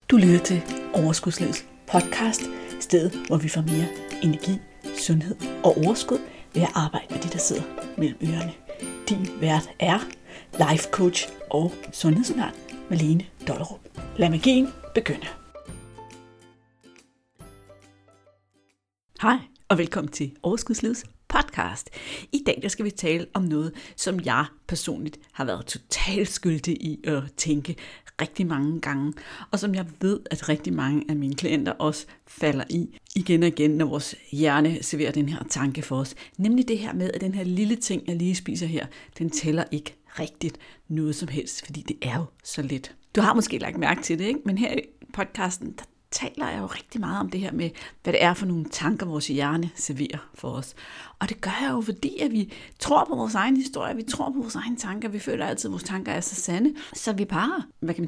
Du lytter til Overskudslivets podcast, stedet hvor vi får mere energi, sundhed og overskud ved at arbejde med de, der sidder mellem ørerne. Din vært er life coach og sundhedsundern Malene Dollerup. Lad magien begynde. Hej og velkommen til Overskudslivets podcast. I dag der skal vi tale om noget, som jeg personligt har været totalt skyldig i at tænke rigtig mange gange, og som jeg ved, at rigtig mange af mine klienter også falder i igen og igen, når vores hjerne serverer den her tanke for os. Nemlig det her med, at den her lille ting, jeg lige spiser her, den tæller ikke rigtigt noget som helst, fordi det er jo så let. Du har måske lagt mærke til det, ikke? Men her i podcasten, der taler jeg jo rigtig meget om det her med, hvad det er for nogle tanker, vores hjerne serverer for os. Og det gør jeg jo, fordi at vi tror på vores egen historie, vi tror på vores egne tanker, vi føler altid, at vores tanker er så sande, så vi bare,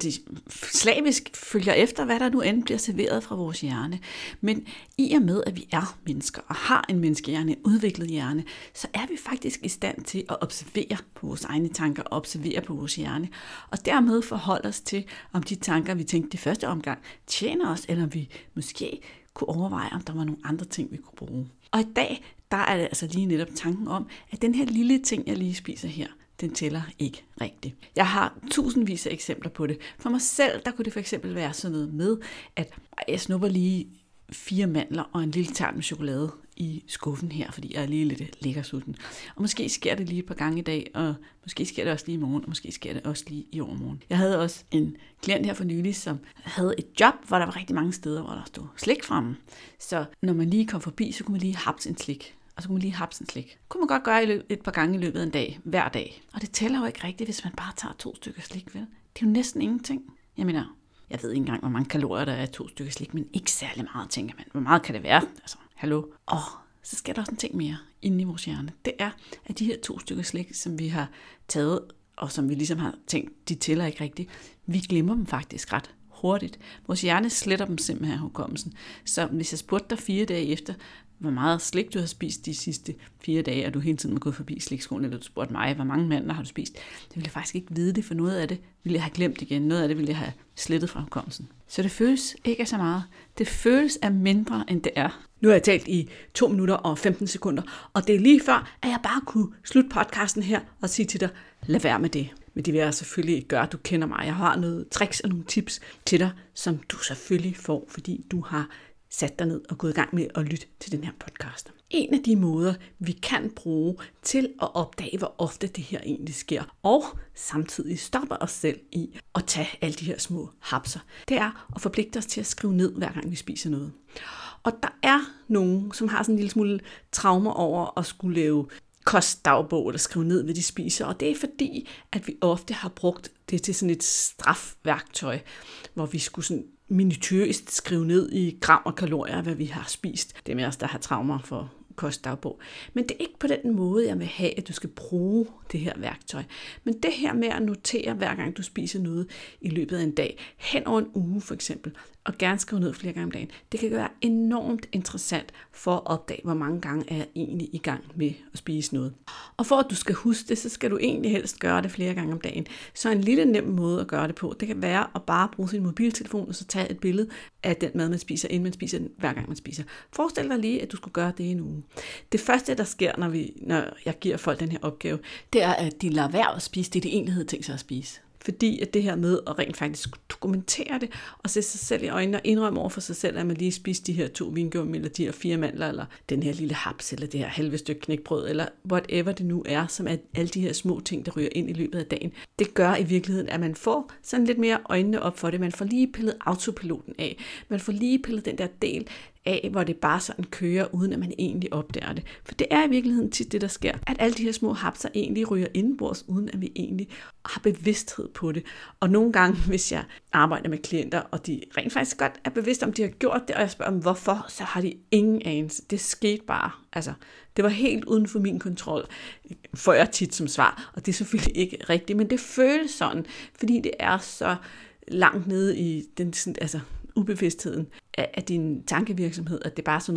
slavisk følger efter, hvad der nu end bliver serveret fra vores hjerne. Men i og med, at vi er mennesker og har en menneskehjerne, en udviklet hjerne, så er vi faktisk i stand til at observere på vores egne tanker og observere på vores hjerne, og dermed forholde os til, om de tanker, vi tænkte i første omgang, tjener os, eller om vi måske kunne overveje, om der var nogle andre ting, vi kunne bruge. Og i dag, der er det altså lige netop tanken om, at den her lille ting, jeg lige spiser her, den tæller ikke rigtigt. Jeg har tusindvis af eksempler på det. For mig selv, der kunne det for eksempel være sådan noget med, at jeg snupper lige 4 mandler og en lille tart med chokolade i skuffen her, fordi jeg er lige lidt lækkersulten. Og måske sker det lige et par gange i dag, og måske sker det også lige i morgen, og måske sker det også lige i overmorgen. Jeg havde også en klient her for nylig, som havde et job, hvor der var rigtig mange steder, hvor der stod slik fremme. Så når man lige kom forbi, så kunne man lige hapse en slik. Og så kunne man lige hapse en slik. Kunne man godt gøre et par gange i løbet af en dag, hver dag. Og det tæller jo ikke rigtigt, hvis man bare tager 2 stykker slik, vel? Det er jo næsten ingenting. Jeg mener, jeg ved ikke engang, hvor mange kalorier der er i 2 stykker slik, men ikke særlig meget, tænker man. Hvor meget kan det være? Altså, hallo? Og så skal der også en ting mere inde i vores hjerne. Det er, at de her 2 stykker slik, som vi har taget, og som vi ligesom har tænkt, de tæller ikke rigtigt, vi glemmer dem faktisk ret hurtigt. Vores hjerne sletter dem simpelthen af hukommelsen. Så hvis jeg spurgte dig 4 dage efter, hvor meget slik du har spist de sidste 4 dage, og du hele tiden er gået forbi slikskålen, eller du spurgte mig, hvor mange mandler har du spist, det ville jeg faktisk ikke vide det, for noget af det ville jeg have glemt igen, noget af det ville jeg have slettet fra hukommelsen. Så det føles ikke af så meget. Det føles af mindre, end det er. Nu har jeg talt i 2 minutter og 15 sekunder, og det er lige før, at jeg bare kunne slutte podcasten her og sige til dig, lad være med det. Men det vil jeg selvfølgelig ikke gøre, du kender mig. Jeg har noget tricks og nogle tips til dig, som du selvfølgelig får, fordi du har sat dig ned og gået i gang med at lytte til den her podcast. En af de måder, vi kan bruge til at opdage, hvor ofte det her egentlig sker, og samtidig stoppe os selv i at tage alle de her små hapser, det er at forpligte os til at skrive ned, hver gang vi spiser noget. Og der er nogen, som har sådan en lille smule traumer over at skulle lave kostdagbog eller skrive ned, hvad de spiser, og det er fordi, at vi ofte har brugt det til sådan et strafværktøj, hvor vi skulle sådan minutiøst skrive ned i gram og kalorier, hvad vi har spist. Det er med os, der har traumer for kostdagbog. Men det er ikke på den måde, jeg vil have, at du skal bruge det her værktøj. Men det her med at notere, hver gang du spiser noget i løbet af en dag, hen over en uge for eksempel, og gerne skrive ned flere gange om dagen, det kan være enormt interessant for at opdage, hvor mange gange er jeg egentlig i gang med at spise noget. Og for at du skal huske det, så skal du egentlig helst gøre det flere gange om dagen. Så en lille nem måde at gøre det på, det kan være at bare bruge sin mobiltelefon og så tage et billede af den mad, man spiser, inden man spiser den, hver gang man spiser. Forestil dig lige, at du skulle gøre det i en uge. Det første, der sker, når jeg giver folk den her opgave, det er, at de lader være at spise det, de egentlig havde tænkt sig at spise. Fordi at det her med at rent faktisk dokumentere det, og se sig selv i øjnene og indrømme over for sig selv, at man lige spiser de her 2 vingummi, eller de her 4 mandler, eller den her lille haps, eller det her halve stykke knækbrød, eller whatever det nu er, som er alle de her små ting, der ryger ind i løbet af dagen. Det gør i virkeligheden, at man får sådan lidt mere øjnene op for det. Man får lige pillet autopiloten af. Man får lige pillet den der del af, hvor det bare sådan kører, uden at man egentlig opdager det. For det er i virkeligheden tit det, der sker, at alle de her små hapser egentlig ryger indenbords, uden at vi egentlig har bevidsthed på det. Og nogle gange, hvis jeg arbejder med klienter, og de rent faktisk godt er bevidste om, de har gjort det, og jeg spørger dem, hvorfor, så har de ingen anelse. Det skete bare. Altså, det var helt uden for min kontrol, får jeg tit som svar, og det er selvfølgelig ikke rigtigt, men det føles sådan, fordi det er så langt nede i den, altså ubevidstheden af din tankevirksomhed, at det bare er sådan noget,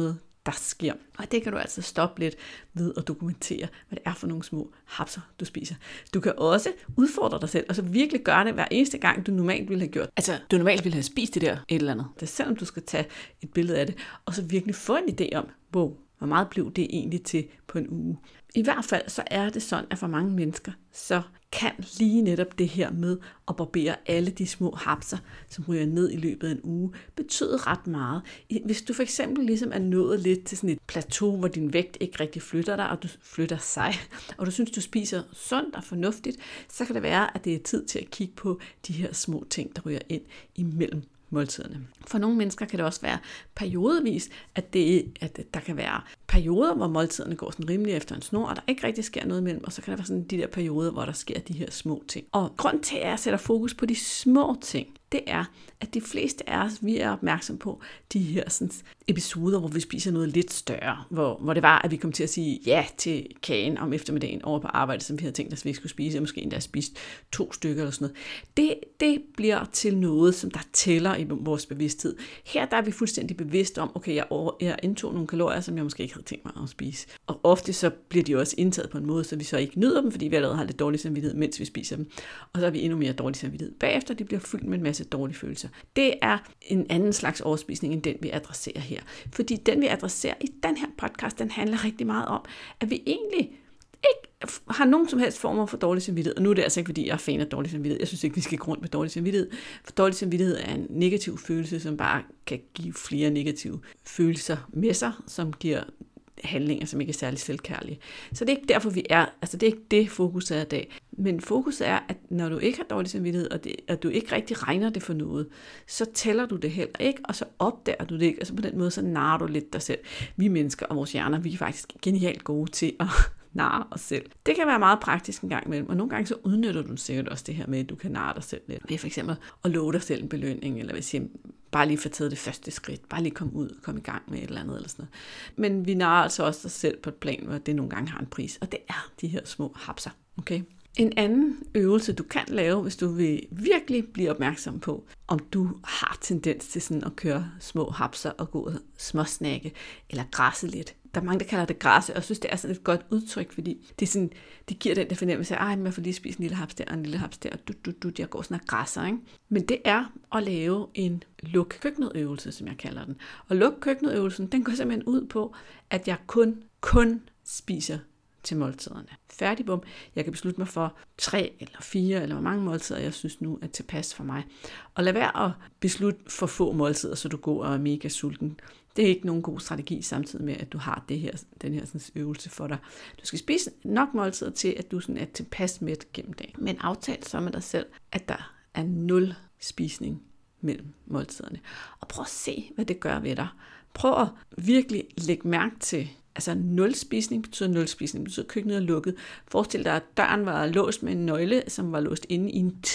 der sker. Og det kan du altså stoppe lidt ved at dokumentere, hvad det er for nogle små hapser, du spiser. Du kan også udfordre dig selv, og så virkelig gøre det hver eneste gang, du normalt ville have gjort. Altså, du normalt ville have spist det der et eller andet. Det er selvom du skal tage et billede af det, og så virkelig få en idé om, hvor meget blev det egentlig til på en uge. I hvert fald så er det sådan, at for mange mennesker, så kan lige netop det her med at barbere alle de små hapser, som ryger ned i løbet af en uge, betyde ret meget. Hvis du for eksempel ligesom er nået lidt til sådan et plateau, hvor din vægt ikke rigtig flytter dig, og du flytter sig, og du synes, du spiser sundt og fornuftigt, så kan det være, at det er tid til at kigge på de her små ting, der ryger ind imellem måltiderne. For nogle mennesker kan det også være periodevis, at der kan være perioder, hvor måltiderne går sådan rimelig efter en snor, og der ikke rigtig sker noget imellem, og så kan der være sådan de der perioder, hvor der sker de her små ting. Og grund til, at jeg sætter fokus på de små ting, det er, at de fleste af os, vi er opmærksom på de her sådan, episoder, hvor vi spiser noget lidt større, hvor det var, at vi kom til at sige ja til kagen om eftermiddagen over på arbejde, som vi havde tænkt os, at vi skulle spise, og måske endda spist 2 stykker eller sådan noget. Det bliver til noget, som der tæller i vores bevidsthed. Her der er vi fuldstændig bevidste om, okay, jeg indtog nogle kalorier, som jeg måske ikke havde tænkt mig at spise. Og ofte så bliver de også indtaget på en måde, så vi så ikke nyder dem, fordi vi allerede har lidt dårlig samvittighed, mens vi spiser dem. Og så har vi endnu mere dårlig samvittighed bagefter, de bliver fyldt med en masse dårlige følelser. Det er en anden slags overspisning, end den vi adresserer her. Fordi den vi adresserer i den her podcast, den handler rigtig meget om, at vi egentlig ikke har nogen som helst former for dårlig samvittighed. Og nu er det altså ikke, fordi jeg er fan af dårlig samvittighed. Jeg synes ikke, vi skal gå rundt med dårlig samvittighed. For dårlig samvittighed er en negativ følelse, som bare kan give flere negative følelser med sig, som giver handlinger, som ikke er særlig selvkærlige. Så det er ikke derfor, vi er, altså det er ikke det, fokus er i dag. Men fokus er, at når du ikke har dårlig samvittighed, og at du ikke rigtig regner det for noget, så tæller du det heller ikke, og så opdager du det ikke, og så på den måde, så narrer du lidt dig selv. Vi mennesker og vores hjerner, vi er faktisk genialt gode til at narre os selv. Det kan være meget praktisk en gang imellem, og nogle gange så udnytter du sikkert også det her med, at du kan narre dig selv lidt. Ved for eksempel at love dig selv en belønning, eller hvis jeg bare lige få taget det første skridt, bare lige komme ud, komme i gang med et eller andet, eller sådan noget. Men vi narrer altså også os selv på et plan, hvor det nogle gange har en pris, og det er de her små hapser, okay? En anden øvelse, du kan lave, hvis du vil virkelig blive opmærksom på, om du har tendens til sådan at køre små hapser og gå og småsnakke eller græsse lidt. Der er mange, der kalder det græsse, og jeg synes, det er sådan et godt udtryk, fordi det giver den der fornemmelse af, jeg får lige spise en lille haps der og en lille haps der, og jeg går sådan og græsser, ikke? Men det er at lave en luk køkkenøvelse, som jeg kalder den. Og luk køkkenøvelsen, den går simpelthen ud på, at jeg kun spiser til måltiderne. Færdig, bum. Jeg kan beslutte mig for 3 eller 4, eller hvor mange måltider, jeg synes nu er tilpas for mig. Og lad være at beslutte for få måltider, så du går og er mega sulten. Det er ikke nogen god strategi, samtidig med, at du har den her sådan, øvelse for dig. Du skal spise nok måltider til, at du sådan er tilpas mæt gennem dagen. Men aftal så med dig selv, at der er 0 spisning mellem måltiderne. Og prøv at se, hvad det gør ved dig. Prøv at virkelig lægge mærke til, altså 0 spisning betyder 0 spisning, betyder køkkenet er lukket. Forestil dig, at døren var låst med en nøgle, som var låst inde i en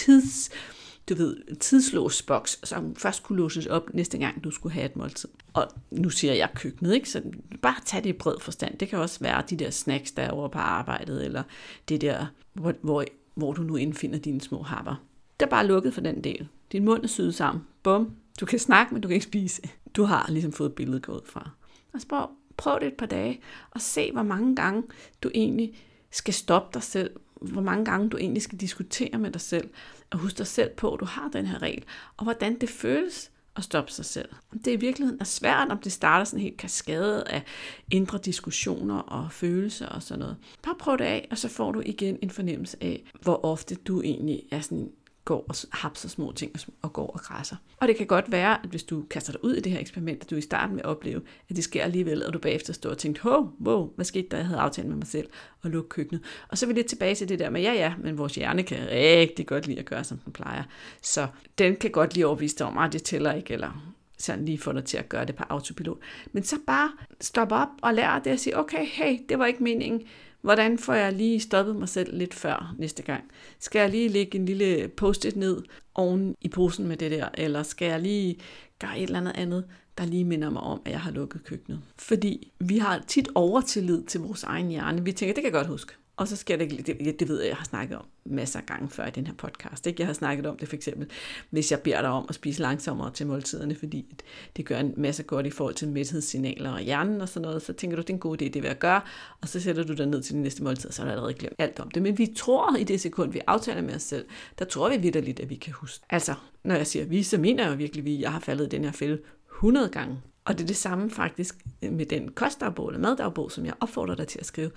tidslåsboks, som først kunne låses op næste gang, du skulle have et måltid. Og nu siger jeg køkkenet, ikke? Så bare tag det i bred forstand. Det kan også være de der snacks, der er over på arbejdet, eller det der, hvor du nu indfinder dine små happer. Det er bare lukket for den del. Din mund er syet sammen. Bum. Du kan snakke, men du kan ikke spise. Du har ligesom fået billedet gået fra. Og så prøv det et par dage, og se, hvor mange gange du egentlig skal stoppe dig selv, hvor mange gange du egentlig skal diskutere med dig selv, og huske dig selv på, at du har den her regel, og hvordan det føles at stoppe sig selv. Det er i virkeligheden svært, om det starter sådan en helt kaskade af indre diskussioner og følelser og sådan noget. Bare prøv det af, og så får du igen en fornemmelse af, hvor ofte du egentlig er sådan går og hapser små ting og går og græsser. Og det kan godt være, at hvis du kaster dig ud i det her eksperiment, at du i starten vil opleve, at det sker alligevel, og du bagefter står og tænker, wow, hvad skete der, jeg havde aftalt med mig selv og lukke køkkenet. Og så vil det tilbage til det der med, ja, men vores hjerne kan rigtig godt lide at gøre, som den plejer. Så den kan godt lige overbevise dig om, at det tæller ikke, eller sådan lige få dig til at gøre det på autopilot. Men så bare stop op og lær det at sige, okay, hey, det var ikke meningen. Hvordan får jeg lige stoppet mig selv lidt før næste gang? Skal jeg lige lægge en lille post-it ned oven i posen med det der? Eller skal jeg lige gøre et eller andet, der lige minder mig om, at jeg har lukket køkkenet? Fordi vi har tit overtillid til vores egen hjerne. Vi tænker, det kan jeg godt huske. Og så sker det ved jeg har snakket om masser af gange før i den her podcast. Ikke? Jeg har snakket om det for eksempel, hvis jeg beder dig om at spise langsommere til måltiderne, fordi det gør en masse godt i forhold til mæthedssignaler og hjernen og sådan noget, så tænker du, det er en god idé, det vil jeg gøre, og så sætter du dig ned til de næste måltider, så har du allerede glemt alt om det. Men vi tror i det sekund, vi aftaler med os selv, der tror vi vitterligt, at vi kan huske. Altså, når jeg siger vi, så mener jeg jo virkelig, jeg har faldet i den her fælde 100 gange. Og det er det samme faktisk med den kostdagbog eller maddagbog, som jeg opfordrer dig til at skrive.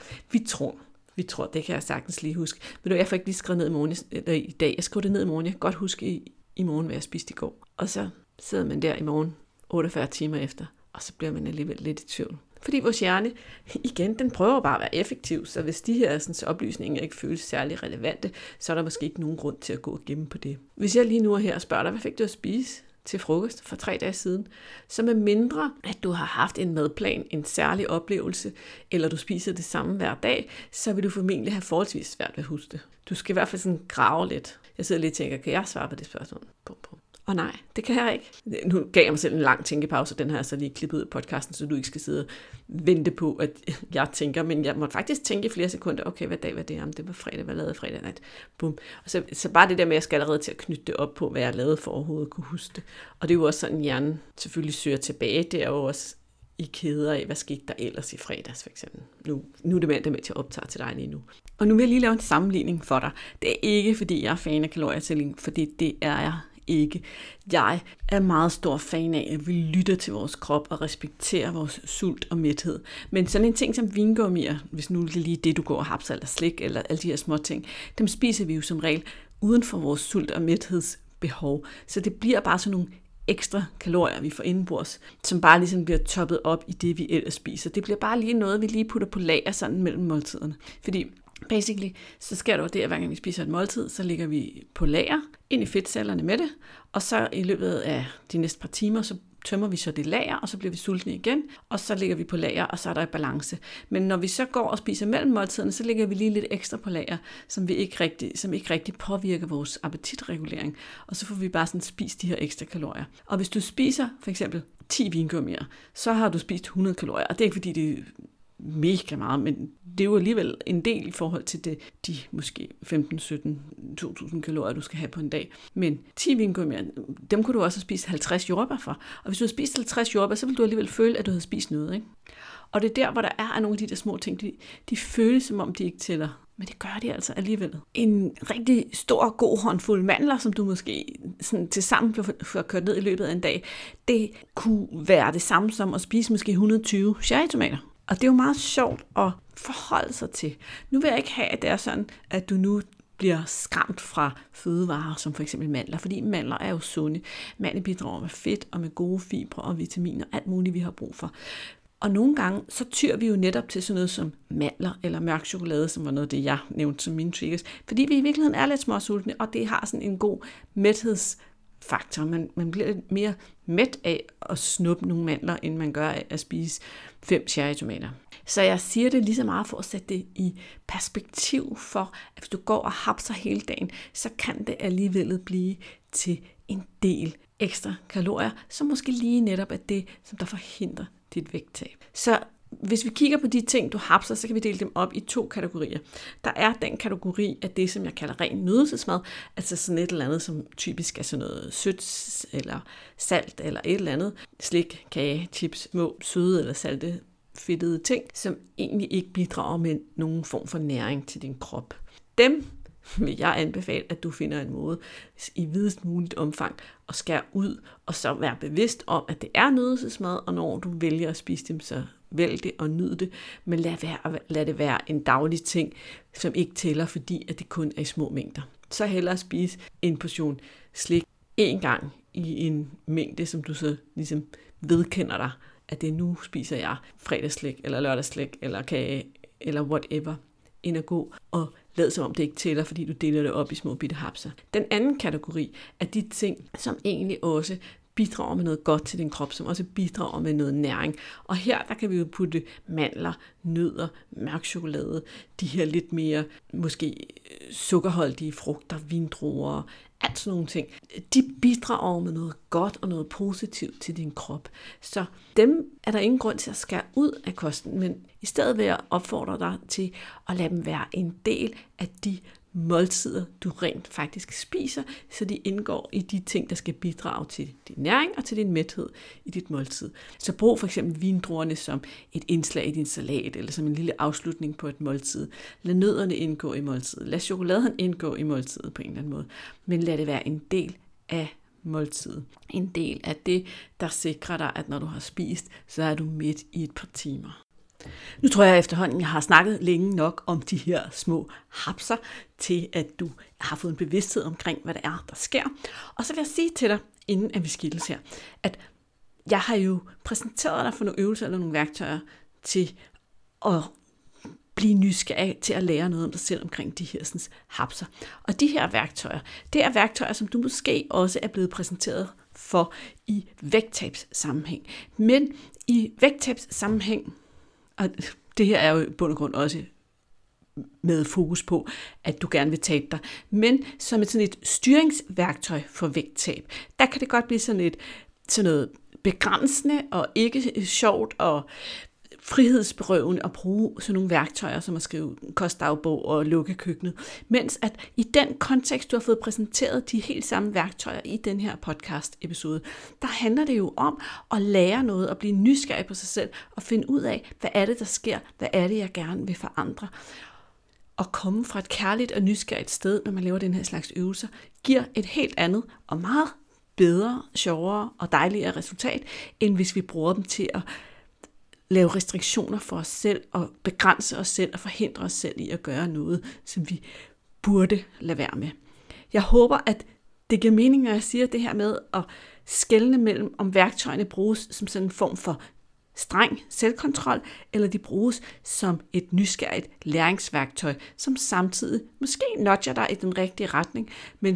Vi tror, det kan jeg sagtens lige huske. Men jeg får ikke lige skrevet ned i dag. Jeg skrev det ned i morgen. Jeg kan godt huske i morgen, hvad jeg spiste i går. Og så sidder man der i morgen 48 timer efter, og så bliver man alligevel lidt i tvivl. Fordi vores hjerne, igen, den prøver bare at være effektiv, så hvis de her sådan, oplysninger ikke føles særlig relevante, så er der måske ikke nogen grund til at gå og gemme på det. Hvis jeg lige nu er her og spørger dig, hvad fik du at spise til frokost for 3 dage siden, så med mindre, at du har haft en madplan, en særlig oplevelse, eller du spiser det samme hver dag, så vil du formentlig have forholdsvis svært ved at huske det. Du skal i hvert fald sådan grave lidt. Jeg sidder lige og tænker, kan jeg svare på det spørgsmål? Og nej, det kan jeg ikke. Nu gav jeg mig selv en lang tænkepause, den har jeg så lige klippet ud af podcasten, så du ikke skal sidde og vente på, at jeg tænker. Men jeg måtte faktisk tænke i flere sekunder, okay, hvad dag var det? Jamen, det var fredag, hvad lavede jeg fredag nat? Bum. Og så bare det der med, at jeg skal allerede til at knytte det op på, hvad jeg lavede for overhovedet kunne huske det. Og det er jo også sådan, hjernen selvfølgelig søger tilbage. Det er jo også i kæder af, hvad skete der ellers i fredags, for eksempel. Nu er det mandag med til at optage til dig lige nu. Og nu vil jeg lige lave en sammenligning for dig. Det er ikke, fordi jeg er fan af kalorietælling, fordi det er jeg ikke. Jeg er meget stor fan af, at vi lytter til vores krop og respekterer vores sult og mæthed. Men sådan en ting som vingummier, hvis nu det er lige det, du går og hapser, eller slik, eller alle de her små ting, dem spiser vi jo som regel uden for vores sult- og mæthedsbehov. Så det bliver bare sådan nogle ekstra kalorier, vi får indenbords, som bare ligesom bliver toppet op i det, vi ellers spiser. Det bliver bare lige noget, vi lige putter på lager sådan mellem måltiderne. Fordi basically, så sker der jo det, at hver gang vi spiser et måltid, så ligger vi på lager ind i fedtcellerne med det, og så i løbet af de næste par timer, så tømmer vi så det lager, og så bliver vi sultne igen, og så ligger vi på lager, og så er der et balance. Men når vi så går og spiser mellem måltiderne, så ligger vi lige lidt ekstra på lager, som ikke rigtig påvirker vores appetitregulering, og så får vi bare sådan spist de her ekstra kalorier. Og hvis du spiser for eksempel 10 vingummier, så har du spist 100 kalorier, og det er ikke fordi, det er mega meget, men det er jo alligevel en del i forhold til de måske 15, 17, 2.000 kalorier, du skal have på en dag. Men 10 vingummier, dem kunne du også have spist 50 jordbær for. Og hvis du havde spist 50 jordbær, så ville du alligevel føle, at du havde spist noget. Ikke? Og det er der, hvor der er nogle af de der små ting, de føles som om de ikke tæller. Men det gør de altså alligevel. En rigtig stor, god håndfuld mandler, som du måske sådan tilsammen får kørt ned i løbet af en dag, det kunne være det samme som at spise måske 120 cherrytomater. Og det er jo meget sjovt at forholde sig til. Nu vil jeg ikke have, at det er sådan, at du nu bliver skræmt fra fødevarer, som for eksempel mandler, fordi mandler er jo sunde. Mandler bidrager med fedt og med gode fibre og vitaminer, alt muligt, vi har brug for. Og nogle gange, så tyr vi jo netop til sådan noget som mandler eller mørk chokolade, som var noget af det, jeg nævnte som mine triggers, fordi vi i virkeligheden er lidt småsultne, og det har sådan en god mæthedsfaktor. Man bliver lidt mere mæt af at snuppe nogle mandler, end man gør af at spise 5 cherrytomater. Så jeg siger det lige så meget for at sætte det i perspektiv for, at hvis du går og hapser hele dagen, så kan det alligevel blive til en del ekstra kalorier, som måske lige netop er det, som der forhindrer dit vægttab. Så hvis vi kigger på de ting, du hapser, så kan vi dele dem op i 2 kategorier. Der er den kategori af det, som jeg kalder ren nydelsesmad, altså sådan et eller andet, som typisk er sådan noget sødt eller salt eller et eller andet. Slik, kage, chips, små søde eller salte fedtede ting, som egentlig ikke bidrager med nogen form for næring til din krop. Dem vil jeg anbefale, at du finder en måde i videst muligt omfang at skære ud, og så være bevidst om, at det er nydelsesmad, og når du vælger at spise dem, så vælg det og nyd det, men lad det være en daglig ting, som ikke tæller, fordi at det kun er i små mængder. Så hellere spise en portion slik 1 gang i en mængde, som du så ligesom vedkender dig, at det nu spiser jeg fredagsslik, eller lørdagsslik, eller kage, eller whatever, end at gå og lad som om det ikke tæller, fordi du deler det op i små bitte hapser. Den anden kategori er de ting, som egentlig også bidrager med noget godt til din krop, som også bidrager med noget næring. Og her, der kan vi jo putte mandler, nødder, mørk chokolade, de her lidt mere måske sukkerholdige frugter, vindruer, alt sådan nogle ting. De bidrager med noget godt og noget positivt til din krop. Så dem er der ingen grund til at skære ud af kosten, men i stedet vil jeg opfordre dig til at lade dem være en del af de måltider, du rent faktisk spiser, så de indgår i de ting, der skal bidrage til din næring og til din mæthed i dit måltid. Så brug for eksempel vindruerne som et indslag i din salat, eller som en lille afslutning på et måltid. Lad nødderne indgå i måltidet. Lad chokoladen indgå i måltidet på en eller anden måde. Men lad det være en del af måltidet. En del af det, der sikrer dig, at når du har spist, så er du midt i et par timer. Nu tror jeg efterhånden, jeg har snakket længe nok om de her små hapser, til at du har fået en bevidsthed omkring, hvad det er, der sker. Og så vil jeg sige til dig, inden at vi skilles her, at jeg har jo præsenteret dig for nogle øvelser eller nogle værktøjer til at blive nysgerrig, til at lære noget om dig selv omkring de her sådan, hapser. Og de her værktøjer, det er værktøjer, som du måske også er blevet præsenteret for i vægttabssammenhæng. Men i vægttabssammenhæng, og det her er jo i bund og grund også med fokus på, at du gerne vil tabe dig. Men som sådan et styringsværktøj for vægttab, der kan det godt blive sådan noget begrænsende og ikke sjovt og frihedsberøvende at bruge sådan nogle værktøjer, som at skrive kostdagbog og lukke køkkenet. Mens at i den kontekst, du har fået præsenteret de helt samme værktøjer i den her podcast-episode, der handler det jo om at lære noget og blive nysgerrig på sig selv og finde ud af, hvad er det, der sker? Hvad er det, jeg gerne vil forandre? Og komme fra et kærligt og nysgerrigt sted, når man laver den her slags øvelser, giver et helt andet og meget bedre, sjovere og dejligere resultat, end hvis vi bruger dem til at lave restriktioner for os selv og begrænse os selv og forhindre os selv i at gøre noget, som vi burde lade være med. Jeg håber, at det giver mening, når jeg siger det her med at skelne mellem, om værktøjerne bruges som sådan en form for streng selvkontrol, eller de bruges som et nysgerrigt læringsværktøj, som samtidig måske nudger dig i den rigtige retning, men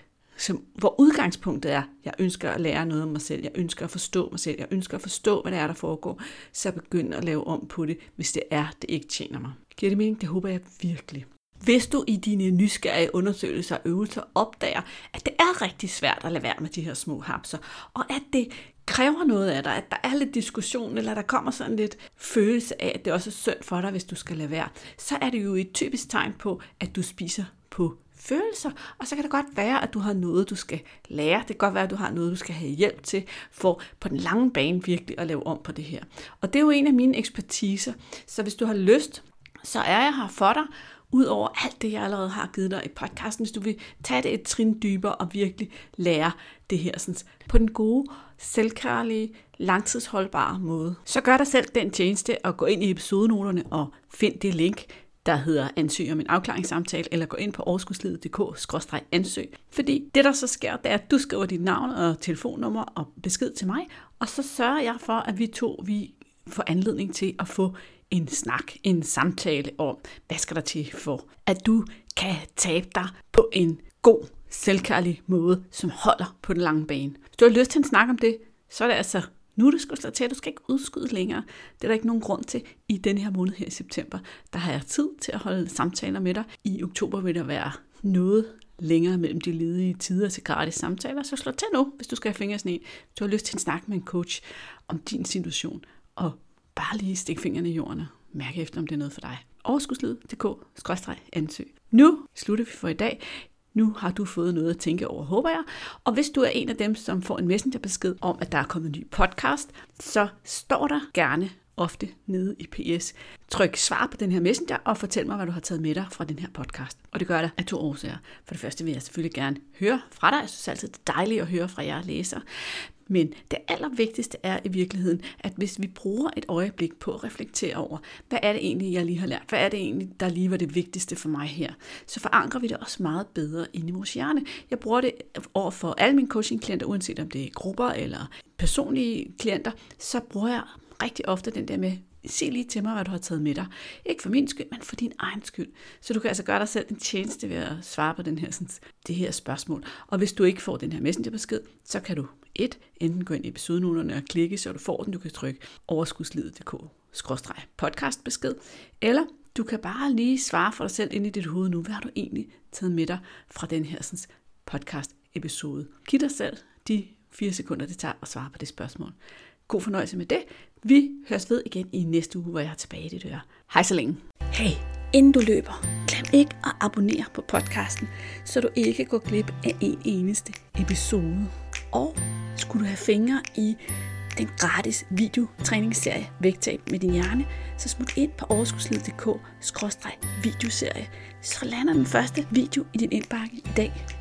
hvor udgangspunktet er, jeg ønsker at lære noget om mig selv, jeg ønsker at forstå mig selv, jeg ønsker at forstå, hvad det er, der foregår, så begynd at lave om på det, hvis det ikke tjener mig. Giver det mening? Det håber jeg virkelig. Hvis du i dine nysgerrige undersøgelser og øvelser opdager, at det er rigtig svært at lade være med de her små hapser, og at det kræver noget af dig, at der er lidt diskussion, eller der kommer sådan lidt følelse af, at det også er synd for dig, hvis du skal lade være, så er det jo et typisk tegn på, at du spiser på følelser, og så kan det godt være, at du har noget, du skal lære. Det kan godt være, at du har noget, du skal have hjælp til, for på den lange bane virkelig at lave om på det her. Og det er jo en af mine ekspertiser, så hvis du har lyst, så er jeg her for dig, ud over alt det, jeg allerede har givet dig i podcasten, hvis du vil tage det et trin dybere og virkelig lære det her sådan, på den gode, selvkærlige, langtidsholdbare måde. Så gør dig selv den tjeneste at gå ind i episodenoterne og find det link, der hedder ansøg om en afklaringssamtale, eller gå ind på overskudslivet.dk/ansøg. Fordi det, der så sker, det er, at du skriver dit navn og telefonnummer og besked til mig, og så sørger jeg for, at vi får anledning til at få en snak, en samtale om, hvad skal der til for, at du kan tabe dig på en god, selvkærlig måde, som holder på den lange bane. Hvis du har lyst til at snakke om det, så er det altså nu, du skal slå til, du skal ikke udskyde længere. Det er der ikke nogen grund til i denne her måned her i september. Der har jeg tid til at holde samtaler med dig. I oktober vil der være noget længere mellem de ledige tider til gratis samtaler, så slå til nu, hvis du skal have fingre i sneen. Hvis du har lyst til en snak med en coach om din situation, og bare lige stik fingrene i jorden og mærke efter, om det er noget for dig. Overskudslivet.dk/ansøg. Nu slutter vi for i dag. Nu har du fået noget at tænke over, håber jeg. Og hvis du er en af dem, som får en messengerbesked om, at der er kommet en ny podcast, så står der gerne ofte nede i PS. Tryk svar på den her messenger og fortæl mig, hvad du har taget med dig fra den her podcast. Og det gør det af 2 årsager. For det første vil jeg selvfølgelig gerne høre fra dig. Jeg synes altid, det er dejligt at høre fra jer læsere. Men det allervigtigste er i virkeligheden, at hvis vi bruger et øjeblik på at reflektere over, hvad er det egentlig, jeg lige har lært? Hvad er det egentlig, der lige var det vigtigste for mig her? Så forankrer vi det også meget bedre inde i vores hjerne. Jeg bruger det over for alle mine coaching-klienter, uanset om det er grupper eller personlige klienter, så bruger jeg rigtig ofte den der med, sig lige til mig, hvad du har taget med dig. Ikke for min skyld, men for din egen skyld. Så du kan altså gøre dig selv en tjeneste ved at svare på det her spørgsmål. Og hvis du ikke får den her messengerbesked, så kan du 1. Enten gå ind i episodenoterne og klikke, så du får den. Du kan trykke overskudslivet.dk/podcastbesked, eller du kan bare lige svare for dig selv ind i dit hoved nu. Hvad har du egentlig taget med dig fra den her podcast episode? Giv dig selv de 4 sekunder, det tager at svare på det spørgsmål. God fornøjelse med det. Vi høres ved igen i næste uge, hvor jeg er tilbage i dit øre. Hej så længe. Hey, inden du løber, glem ikke at abonnere på podcasten, så du ikke går glip af en eneste episode. Og skulle du have fingre i den gratis videotræningsserie Vægtab med din hjerne, så smut ind på overskudslivet.dk/videoserie, så lander den første video i din indbakke i dag.